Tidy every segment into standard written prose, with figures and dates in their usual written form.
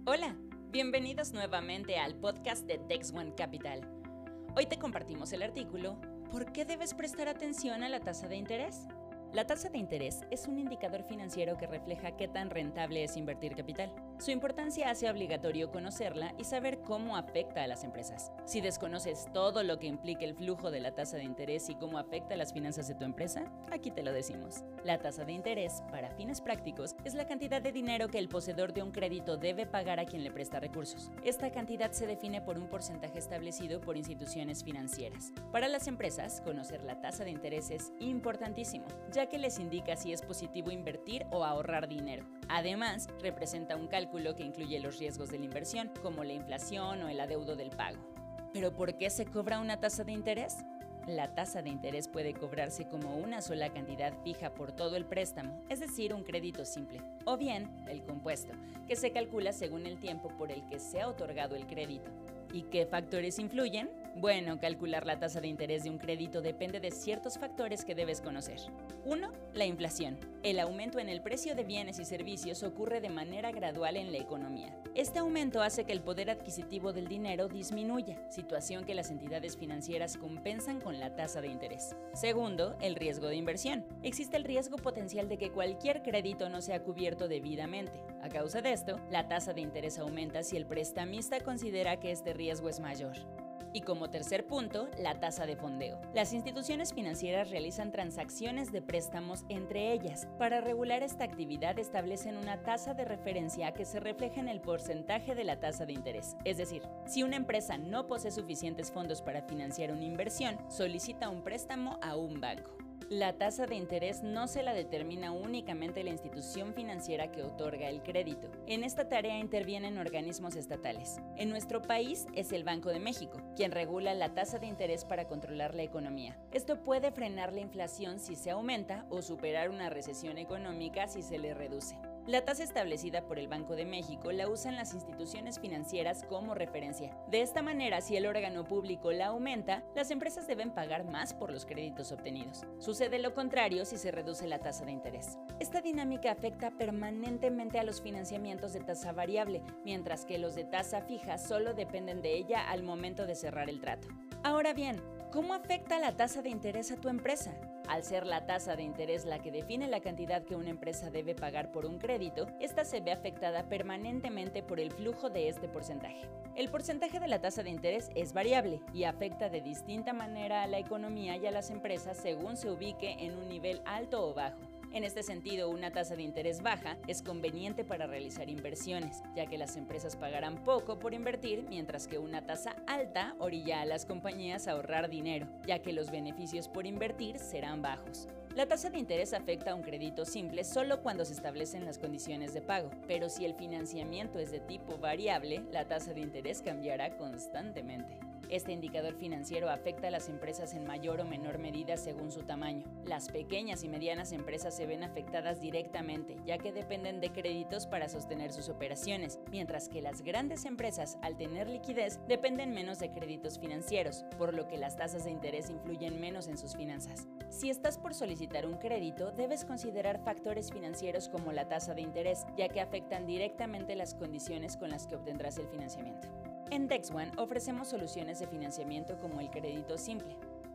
Hola, bienvenidos nuevamente al podcast de Dex One Capital. Hoy te compartimos el artículo ¿Por qué debes prestar atención a la tasa de interés? La tasa de interés es un indicador financiero que refleja qué tan rentable es invertir capital. Su importancia hace obligatorio conocerla y saber cómo afecta a las empresas. Si desconoces todo lo que implica el flujo de la tasa de interés y cómo afecta a las finanzas de tu empresa, aquí te lo decimos. La tasa de interés, para fines prácticos, es la cantidad de dinero que el poseedor de un crédito debe pagar a quien le presta recursos. Esta cantidad se define por un porcentaje establecido por instituciones financieras. Para las empresas, conocer la tasa de interés es importantísimo, ya que les indica si es positivo invertir o ahorrar dinero. Además, representa un cálculo que incluye los riesgos de la inversión, como la inflación o el adeudo del pago. ¿Pero por qué se cobra una tasa de interés? La tasa de interés puede cobrarse como una sola cantidad fija por todo el préstamo, es decir, un crédito simple, o bien el compuesto, que se calcula según el tiempo por el que se ha otorgado el crédito. ¿Y qué factores influyen? Bueno, calcular la tasa de interés de un crédito depende de ciertos factores que debes conocer. 1. La inflación. El aumento en el precio de bienes y servicios ocurre de manera gradual en la economía. Este aumento hace que el poder adquisitivo del dinero disminuya, situación que las entidades financieras compensan con la tasa de interés. Segundo, el riesgo de inversión. Existe el riesgo potencial de que cualquier crédito no sea cubierto debidamente. A causa de esto, la tasa de interés aumenta si el prestamista considera que este riesgo es mayor. Y como tercer punto, la tasa de fondeo. Las instituciones financieras realizan transacciones de préstamos entre ellas. Para regular esta actividad establecen una tasa de referencia que se refleja en el porcentaje de la tasa de interés. Es decir, si una empresa no posee suficientes fondos para financiar una inversión, solicita un préstamo a un banco. La tasa de interés no se la determina únicamente la institución financiera que otorga el crédito. En esta tarea intervienen organismos estatales. En nuestro país es el Banco de México, quien regula la tasa de interés para controlar la economía. Esto puede frenar la inflación si se aumenta o superar una recesión económica si se le reduce. La tasa establecida por el Banco de México la usan las instituciones financieras como referencia. De esta manera, si el órgano público la aumenta, las empresas deben pagar más por los créditos obtenidos. Sucede lo contrario si se reduce la tasa de interés. Esta dinámica afecta permanentemente a los financiamientos de tasa variable, mientras que los de tasa fija solo dependen de ella al momento de cerrar el trato. Ahora bien, ¿cómo afecta la tasa de interés a tu empresa? Al ser la tasa de interés la que define la cantidad que una empresa debe pagar por un crédito, esta se ve afectada permanentemente por el flujo de este porcentaje. El porcentaje de la tasa de interés es variable y afecta de distinta manera a la economía y a las empresas según se ubique en un nivel alto o bajo. En este sentido, una tasa de interés baja es conveniente para realizar inversiones, ya que las empresas pagarán poco por invertir, mientras que una tasa alta orilla a las compañías a ahorrar dinero, ya que los beneficios por invertir serán bajos. La tasa de interés afecta a un crédito simple solo cuando se establecen las condiciones de pago, pero si el financiamiento es de tipo variable, la tasa de interés cambiará constantemente. Este indicador financiero afecta a las empresas en mayor o menor medida según su tamaño. Las pequeñas y medianas empresas se ven afectadas directamente, ya que dependen de créditos para sostener sus operaciones, mientras que las grandes empresas, al tener liquidez, dependen menos de créditos financieros, por lo que las tasas de interés influyen menos en sus finanzas. Si estás por solicitar un crédito, debes considerar factores financieros como la tasa de interés, ya que afectan directamente las condiciones con las que obtendrás el financiamiento. En Dex One ofrecemos soluciones de financiamiento como el crédito simple.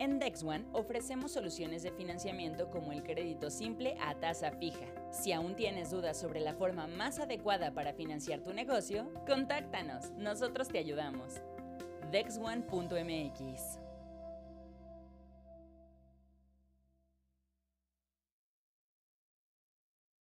A tasa fija. Si aún tienes dudas sobre la forma más adecuada para financiar tu negocio, contáctanos, nosotros te ayudamos. Dexone.mx